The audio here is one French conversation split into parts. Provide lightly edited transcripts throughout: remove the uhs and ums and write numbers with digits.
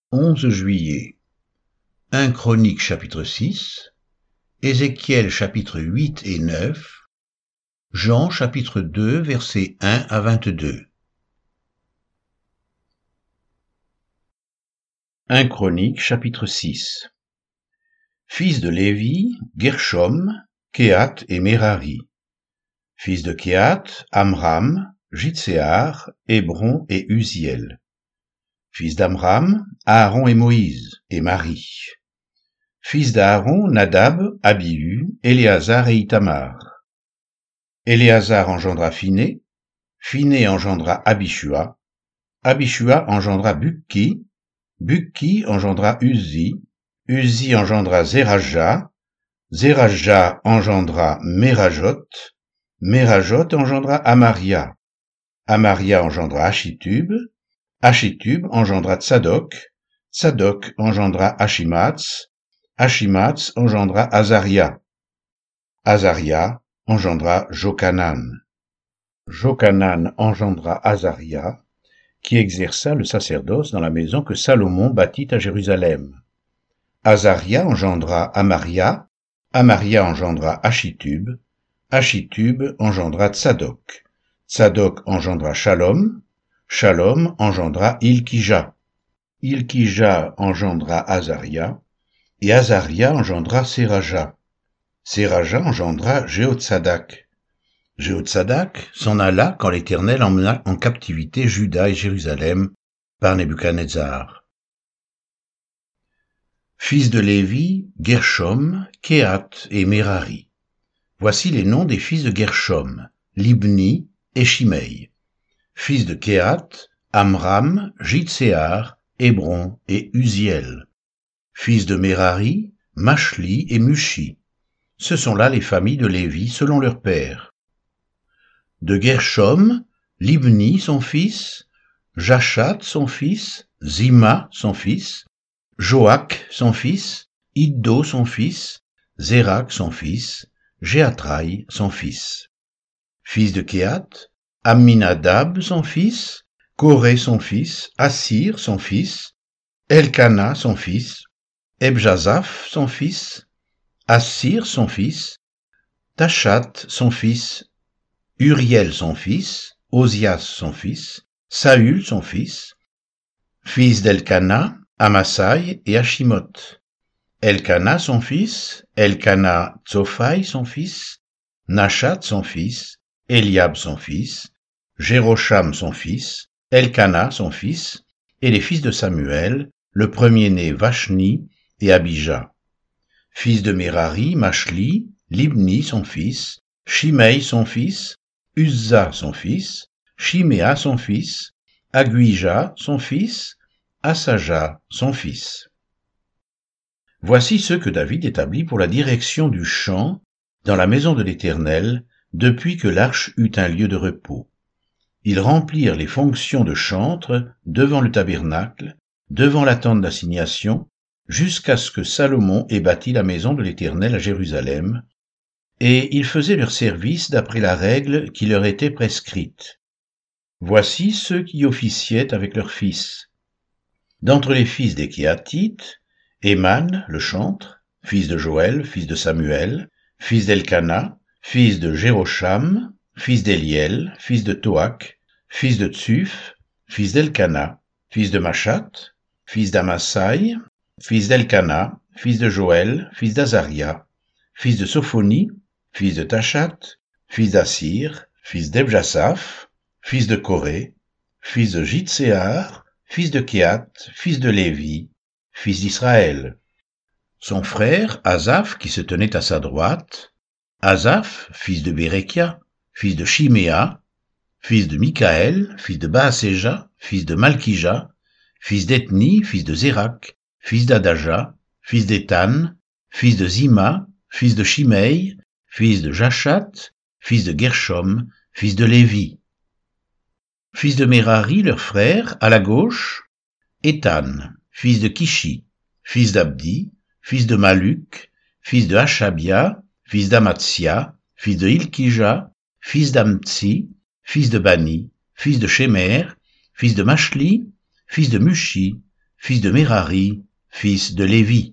11 juillet. 1 Chroniques chapitre 6, Ézéchiel chapitre 8 et 9, Jean chapitre 2 versets 1 à 22. 1 Chroniques chapitre 6. Fils de Lévi, Gershom, Kehath et Merari. Fils de Kehath, Amram, Jitséar, Hébron et Uziel. Fils d'Amram, Aaron et Moïse, et Marie. Fils d'Aaron, Nadab, Abihu, Éléazar et Ithamar. Éléazar engendra Phiné, Phiné engendra Abishua, Abishua engendra Bukki, Bukki engendra Uzi, Uzi engendra Zeraja, Zeraja engendra Merajot, Merajot engendra Amaria, Amaria engendra Achitub, Achitub engendra Tsadok, Tsadok engendra Achimatz, Achimatz engendra Azaria, Azaria engendra Jochanan, Jochanan engendra Azaria, qui exerça le sacerdoce dans la maison que Salomon bâtit à Jérusalem. Azaria engendra Amaria, Amaria engendra Achitub, Achitub engendra Tsadok, Tsadok engendra Shalom, Shalom engendra Ilkija, Ilkija engendra Azaria, et Azaria engendra Seraja, Seraja engendra Jéhotsadak. Jéhotsadak s'en alla quand l'Éternel emmena en captivité Juda et Jérusalem par Nebuchadnezzar. Fils de Lévi, Gershom, Kehath et Merari. Voici les noms des fils de Gershom, Libni et Shimei. Fils de Kehath, Amram, Jitséar, Hébron et Uziel. Fils de Merari, Machli et Mushi. Ce sont là les familles de Lévi selon leur père. De Gershom, Libni son fils, Jachat son fils, Zima son fils, Joach son fils, Iddo son fils, Zérak son fils, Jéatraï son fils. Fils de Kehath, Amminadab son fils, Coré son fils, Assir son fils, Elkana son fils, Ebjazaph son fils, Assir son fils, Tachat son fils, Uriel son fils, Osias son fils, Saül son fils, fils d'Elkana, Amasai et Ashimoth. Elkana son fils, Elkana Tsophai son fils, Nachat son fils, Eliab son fils, Jérocham son fils, Elkana son fils, et les fils de Samuel, le premier-né Vashni et Abijah. Fils de Merari, Machli, Libni son fils, Shimei son fils, Uzza son fils, Shiméa son fils, Aguija son fils, Asaja son fils. Voici ceux que David établit pour la direction du chant dans la maison de l'Éternel depuis que l'arche eut un lieu de repos. Ils remplirent les fonctions de chantre devant le tabernacle, devant la tente d'assignation, jusqu'à ce que Salomon ait bâti la maison de l'Éternel à Jérusalem, et ils faisaient leur service d'après la règle qui leur était prescrite. Voici ceux qui officiaient avec leurs fils. D'entre les fils des Kéhathites, Éman, le chantre, fils de Joël, fils de Samuel, fils d'Elkana, fils de Jérocham, fils d'Eliel, fils de Toach, fils de Tsuf, fils d'Elkana, fils de Machat, fils d'Amasai, fils d'Elkana, fils de Joël, fils d'Azaria, fils de Sophonie, fils de Tachat, fils d'Assir, fils d'Ebjasaph, fils de Coré, fils de Jitséar, fils de Kehath, fils de Lévi, fils d'Israël. Son frère, Asaph, qui se tenait à sa droite, Asaph, fils de Bérekia, fils de Shiméa, fils de Michaël, fils de Baaséja, fils de Malkija, fils d'Ethni, fils de Zérak, fils d'Adaja, fils d'Étan, fils de Zima, fils de Shimei, fils de Jachat, fils de Gershom, fils de Lévi. Fils de Merari, leur frère, à la gauche, Étan, fils de Kishi, fils d'Abdi, fils de Maluk, fils de Hashabia, fils d'Amatsia, fils de Ilkija, fils d'Amtsi, fils de Bani, fils de Shemer, fils de Machli, fils de Mushi, fils de Mérari, fils de Lévi.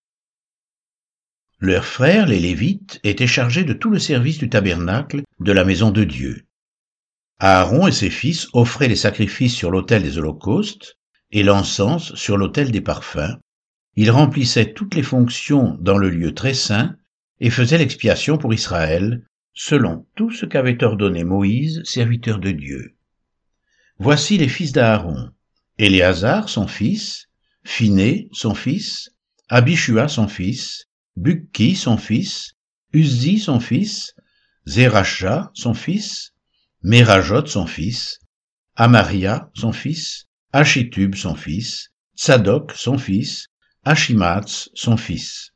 Leurs frères, les Lévites, étaient chargés de tout le service du tabernacle de la maison de Dieu. Aaron et ses fils offraient les sacrifices sur l'autel des holocaustes et l'encens sur l'autel des parfums. Ils remplissaient toutes les fonctions dans le lieu très saint et faisaient l'expiation pour Israël, selon tout ce qu'avait ordonné Moïse, serviteur de Dieu. Voici les fils d'Aaron: Éléazar, son fils, Phiné, son fils, Abishua, son fils, Bukki, son fils, Uzzi, son fils, Zéracha, son fils, Mérajot, son fils, Amaria, son fils, Achitub, son fils, Tsadok, son fils, Achimaatz, son fils.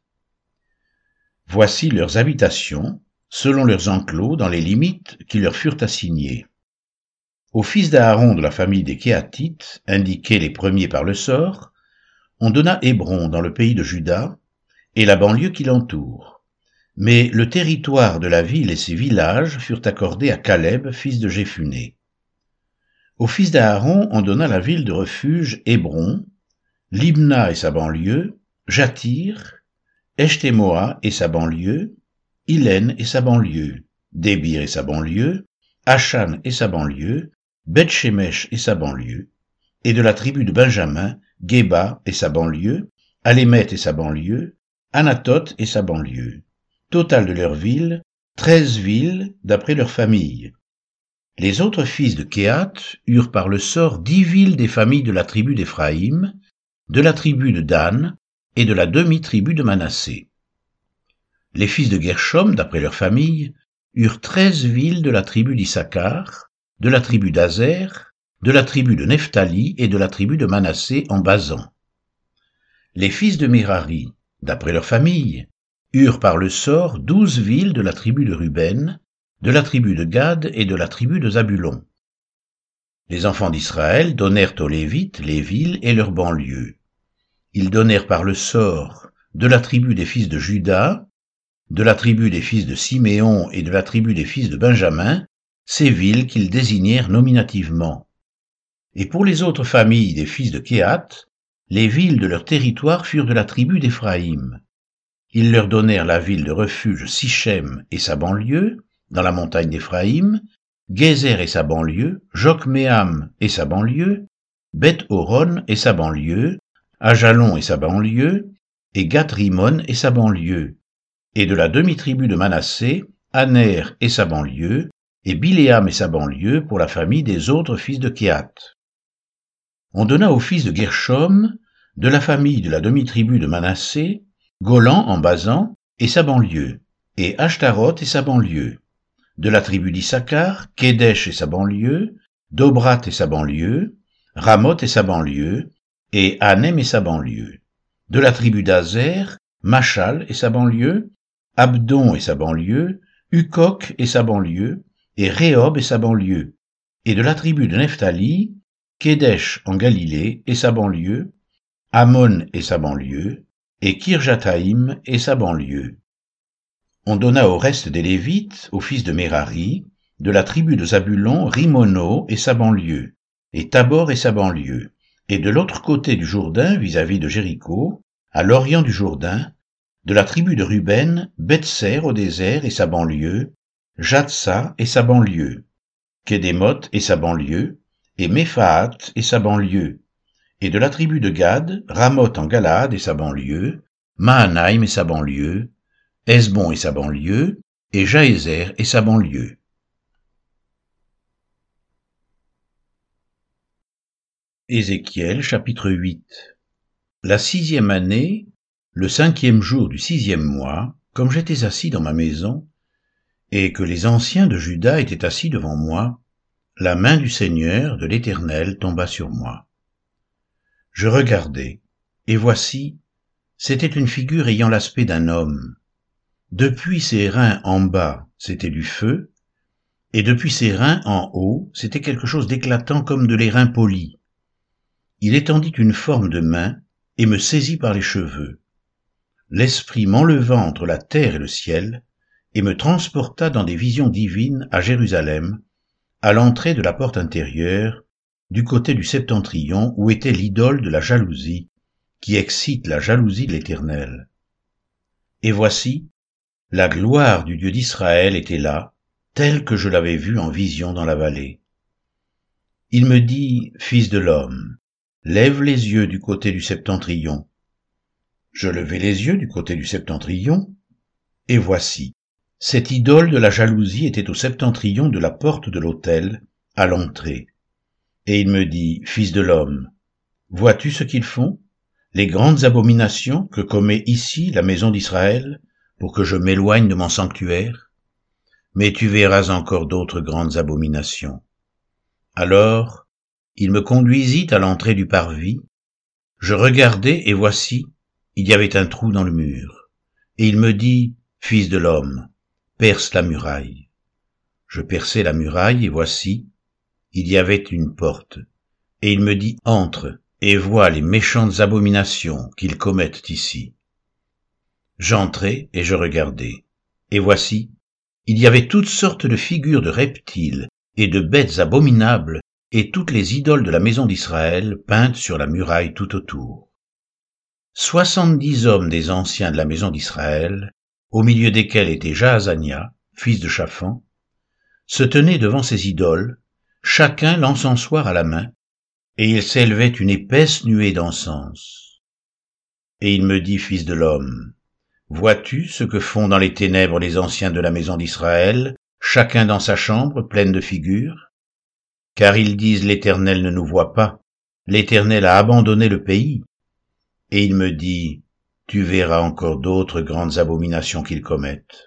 Voici leurs habitations, selon leurs enclos, dans les limites qui leur furent assignées. Aux fils d'Aaron de la famille des Kéatites, indiqués les premiers par le sort, on donna Hébron dans le pays de Juda et la banlieue qui l'entoure. Mais le territoire de la ville et ses villages furent accordés à Caleb, fils de Jéphuné. Aux fils d'Aaron, on donna la ville de refuge Hébron, Libna et sa banlieue, Jatir, Eshtemoa et sa banlieue, Ilène et sa banlieue, Débir et sa banlieue, Achan et sa banlieue, Beth-Shemesh et sa banlieue, et de la tribu de Benjamin, Géba et sa banlieue, Alémet et sa banlieue, Anathoth et sa banlieue. Total de leurs villes, 13 villes d'après leurs familles. Les autres fils de Kéhat eurent par le sort 10 villes des familles de la tribu d'Éphraïm, de la tribu de Dan et de la demi-tribu de Manassé. Les fils de Gershom, d'après leurs familles, eurent 13 villes de la tribu d'Issachar, de la tribu d'Azer, de la tribu de Nephtali et de la tribu de Manassé en Basan. Les fils de Mérari, d'après leurs familles, eurent par le sort 12 villes de la tribu de Ruben, de la tribu de Gad et de la tribu de Zabulon. Les enfants d'Israël donnèrent aux Lévites les villes et leurs banlieues. Ils donnèrent par le sort de la tribu des fils de Juda, de la tribu des fils de Siméon et de la tribu des fils de Benjamin, ces villes qu'ils désignèrent nominativement. Et pour les autres familles des fils de Kéhat, les villes de leur territoire furent de la tribu d'Éphraïm. Ils leur donnèrent la ville de refuge Sichem et sa banlieue, dans la montagne d'Éphraïm, Gézer et sa banlieue, Jokméam et sa banlieue, Beth-Horon et sa banlieue, Ajalon et sa banlieue, et Gath-Rimon et sa banlieue, et de la demi-tribu de Manassé, Aner et sa banlieue, et Biléam et sa banlieue pour la famille des autres fils de Kéhat. On donna aux fils de Gershom, de la famille de la demi-tribu de Manassé, Golan en Basan et sa banlieue, et Ashtaroth et sa banlieue, de la tribu d'Issachar, Kédesh et sa banlieue, Dobrat et sa banlieue, Ramoth et sa banlieue, et Hanem et sa banlieue, de la tribu d'Azer, Machal et sa banlieue, Abdon et sa banlieue, Ukok et sa banlieue, et Rehob et sa banlieue, et de la tribu de Nephtali, Kédesh en Galilée et sa banlieue, Ammon et sa banlieue, et Kirjathaïm et sa banlieue. On donna au reste des Lévites, aux fils de Mérari, de la tribu de Zabulon, Rimono et sa banlieue, et Tabor et sa banlieue, et de l'autre côté du Jourdain, vis-à-vis de Jéricho, à l'orient du Jourdain, de la tribu de Ruben, Bethser au désert et sa banlieue, Jatsa et sa banlieue, Kédémoth et sa banlieue, et Méphaat et sa banlieue, et de la tribu de Gad, Ramoth en Galaad et sa banlieue, Mahanaïm et sa banlieue, Hesbon et sa banlieue, et Jaézer et sa banlieue. Ézéchiel chapitre 8. La 6e année, le 5e jour du 6e mois, comme j'étais assis dans ma maison, et que les anciens de Juda étaient assis devant moi, la main du Seigneur, de l'Éternel, tomba sur moi. Je regardai, et voici, c'était une figure ayant l'aspect d'un homme. Depuis ses reins en bas, c'était du feu, et depuis ses reins en haut, c'était quelque chose d'éclatant comme de l'airain poli. Il étendit une forme de main et me saisit par les cheveux. L'Esprit m'enleva entre la terre et le ciel, et me transporta dans des visions divines à Jérusalem, à l'entrée de la porte intérieure, du côté du septentrion où était l'idole de la jalousie, qui excite la jalousie de l'Éternel. Et voici, la gloire du Dieu d'Israël était là, telle que je l'avais vue en vision dans la vallée. Il me dit, Fils de l'homme, lève les yeux du côté du septentrion. Je levai les yeux du côté du septentrion, et voici, cette idole de la jalousie était au septentrion de la porte de l'autel, à l'entrée. Et il me dit, Fils de l'homme, vois-tu ce qu'ils font, les grandes abominations que commet ici la maison d'Israël, pour que je m'éloigne de mon sanctuaire? Mais tu verras encore d'autres grandes abominations. Alors, il me conduisit à l'entrée du parvis. Je regardai, et voici, il y avait un trou dans le mur. Et il me dit, Fils de l'homme, perce la muraille. Je perçai la muraille, et voici, il y avait une porte. Et il me dit, entre, et vois les méchantes abominations qu'ils commettent ici. J'entrai, et je regardai. Et voici, il y avait toutes sortes de figures de reptiles et de bêtes abominables, et toutes les idoles de la maison d'Israël peintes sur la muraille tout autour. 70 hommes des anciens de la maison d'Israël, au milieu desquels était Jaazania, fils de Shaphan, se tenaient devant ces idoles, chacun l'encensoir à la main, et il s'élevait une épaisse nuée d'encens. Et il me dit, Fils de l'homme, vois-tu ce que font dans les ténèbres les anciens de la maison d'Israël, chacun dans sa chambre pleine de figures? Car ils disent, l'Éternel ne nous voit pas, l'Éternel a abandonné le pays. Et il me dit, tu verras encore d'autres grandes abominations qu'ils commettent.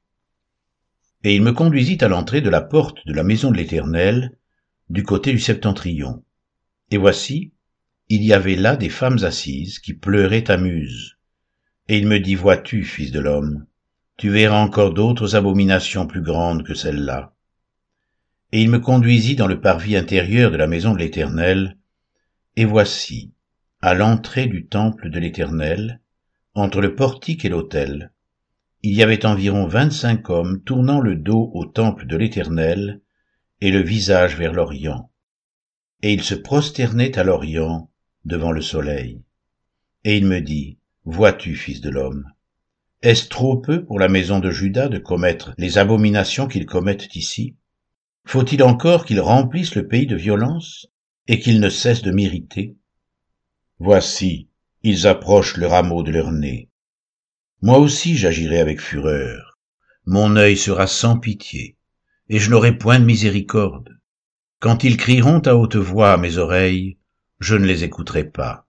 Et il me conduisit à l'entrée de la porte de la maison de l'Éternel, du côté du septentrion. Et voici, il y avait là des femmes assises qui pleuraient à Muse. Et il me dit, vois-tu, fils de l'homme, tu verras encore d'autres abominations plus grandes que celles-là. Et il me conduisit dans le parvis intérieur de la maison de l'Éternel, et voici, à l'entrée du temple de l'Éternel, entre le portique et l'autel, il y avait environ 25 hommes tournant le dos au temple de l'Éternel et le visage vers l'Orient. Et ils se prosternaient à l'Orient devant le soleil. Et il me dit, vois-tu, fils de l'homme, est-ce trop peu pour la maison de Juda de commettre les abominations qu'ils commettent ici? Faut-il encore qu'ils remplissent le pays de violence et qu'ils ne cessent de m'irriter? Voici, ils approchent le rameau de leur nez. Moi aussi j'agirai avec fureur. Mon œil sera sans pitié, et je n'aurai point de miséricorde. Quand ils crieront à haute voix à mes oreilles, je ne les écouterai pas.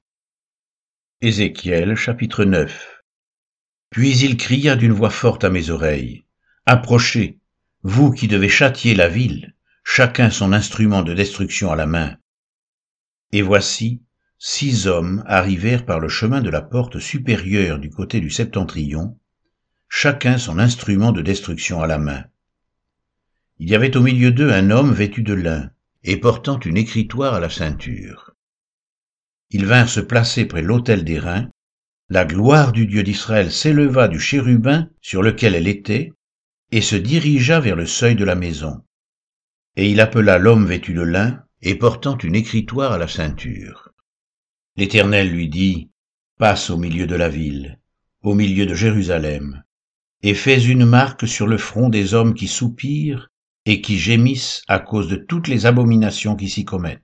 Ézéchiel chapitre 9. Puis il cria d'une voix forte à mes oreilles, approchez, vous qui devez châtier la ville, chacun son instrument de destruction à la main. Et voici, 6 hommes arrivèrent par le chemin de la porte supérieure du côté du septentrion, chacun son instrument de destruction à la main. Il y avait au milieu d'eux un homme vêtu de lin, et portant une écritoire à la ceinture. Ils vinrent se placer près l'autel d'airain, la gloire du Dieu d'Israël s'éleva du chérubin sur lequel elle était, et se dirigea vers le seuil de la maison. Et il appela l'homme vêtu de lin, et portant une écritoire à la ceinture. L'Éternel lui dit, passe au milieu de la ville, au milieu de Jérusalem, et fais une marque sur le front des hommes qui soupirent et qui gémissent à cause de toutes les abominations qui s'y commettent.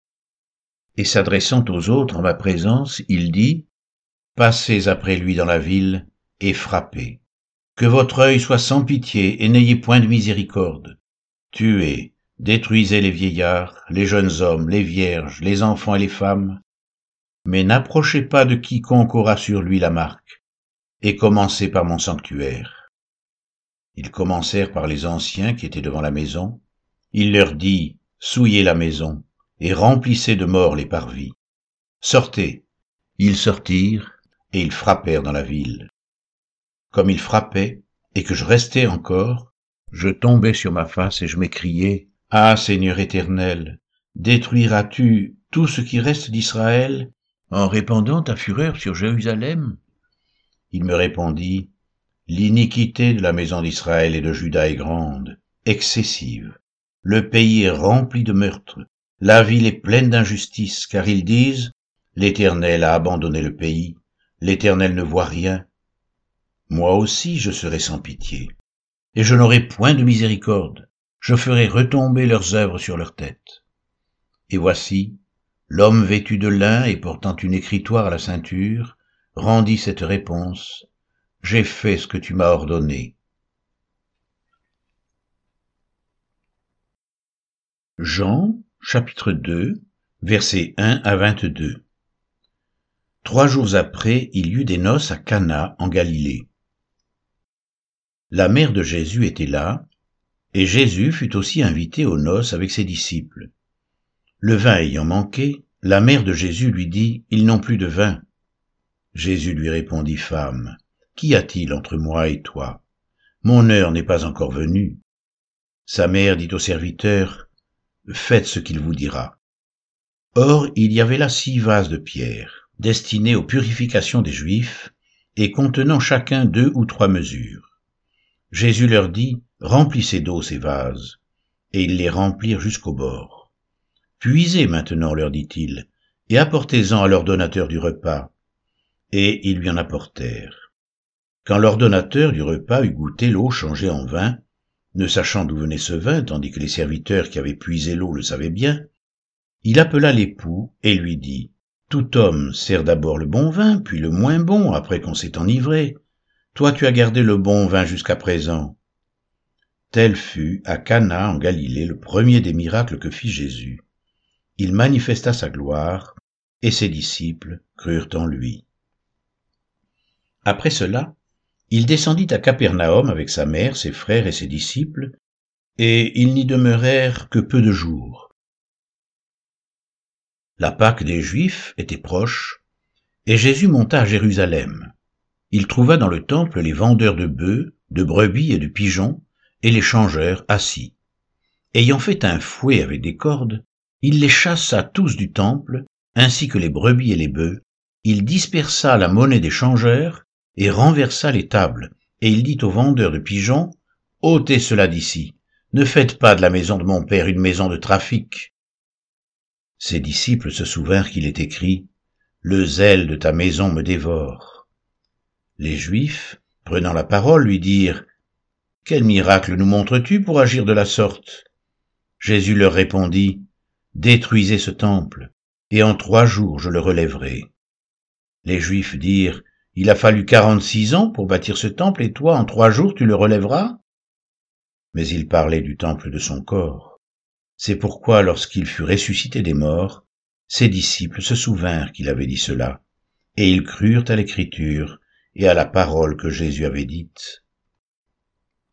Et s'adressant aux autres en ma présence, il dit, passez après lui dans la ville et frappez. Que votre œil soit sans pitié et n'ayez point de miséricorde. Tuez, détruisez les vieillards, les jeunes hommes, les vierges, les enfants et les femmes, mais n'approchez pas de quiconque aura sur lui la marque, et commencez par mon sanctuaire. Ils commencèrent par les anciens qui étaient devant la maison. Il leur dit, souillez la maison, et remplissez de morts les parvis. Sortez. Ils sortirent, et ils frappèrent dans la ville. Comme ils frappaient, et que je restais encore, je tombais sur ma face et je m'écriai, ah Seigneur éternel, détruiras-tu tout ce qui reste d'Israël en répandant ta fureur sur Jérusalem? Il me répondit, l'iniquité de la maison d'Israël et de Juda est grande, excessive. Le pays est rempli de meurtres, La ville est pleine d'injustice, car ils disent, l'Éternel a abandonné le pays, l'Éternel ne voit rien. Moi aussi je serai sans pitié, et je n'aurai point de miséricorde, je ferai retomber leurs œuvres sur leur tête. Et voici, l'homme vêtu de lin et portant une écritoire à la ceinture, rendit cette réponse, j'ai fait ce que tu m'as ordonné. Jean, chapitre 2, versets 1 à 22. 3 jours après, il y eut des noces à Cana, en Galilée. La mère de Jésus était là, et Jésus fut aussi invité aux noces avec ses disciples. Le vin ayant manqué, la mère de Jésus lui dit, « Ils n'ont plus de vin. » Jésus lui répondit, « Femme, qu'y a-t-il entre moi et toi? Mon heure n'est pas encore venue. » Sa mère dit au serviteur, « Faites ce qu'il vous dira. » Or, il y avait là 6 vases de pierre, destinés aux purifications des Juifs, et contenant chacun 2 ou 3 mesures. Jésus leur dit, « Remplissez d'eau ces vases. » Et ils les remplirent jusqu'au bord. « Puisez maintenant, leur dit-il, et apportez-en à l'ordonnateur du repas. » Et ils lui en apportèrent. Quand l'ordonnateur du repas eut goûté l'eau changée en vin, ne sachant d'où venait ce vin, tandis que les serviteurs qui avaient puisé l'eau le savaient bien, il appela l'époux et lui dit, « Tout homme sert d'abord le bon vin, puis le moins bon, après qu'on s'est enivré. Toi tu as gardé le bon vin jusqu'à présent. » Tel fut à Cana en Galilée le premier des miracles que fit Jésus. Il manifesta sa gloire, et ses disciples crurent en lui. Après cela, il descendit à Capernaum avec sa mère, ses frères et ses disciples, et ils n'y demeurèrent que peu de jours. La Pâque des Juifs était proche, et Jésus monta à Jérusalem. Il trouva dans le temple les vendeurs de bœufs, de brebis et de pigeons, et les changeurs assis. Ayant fait un fouet avec des cordes, il les chassa tous du temple, ainsi que les brebis et les bœufs. Il dispersa la monnaie des changeurs et renversa les tables. Et il dit aux vendeurs de pigeons, « Ôtez cela d'ici, ne faites pas de la maison de mon père une maison de trafic. » Ses disciples se souvinrent qu'il est écrit, « Le zèle de ta maison me dévore. » Les Juifs, prenant la parole, lui dirent, « Quel miracle nous montres-tu pour agir de la sorte ?» Jésus leur répondit, « Détruisez ce temple, et en 3 jours je le relèverai. » Les Juifs dirent, « Il a fallu 46 ans pour bâtir ce temple, et toi, en 3 jours, tu le relèveras ?» Mais il parlait du temple de son corps. C'est pourquoi, lorsqu'il fut ressuscité des morts, ses disciples se souvinrent qu'il avait dit cela, et ils crurent à l'Écriture et à la parole que Jésus avait dite.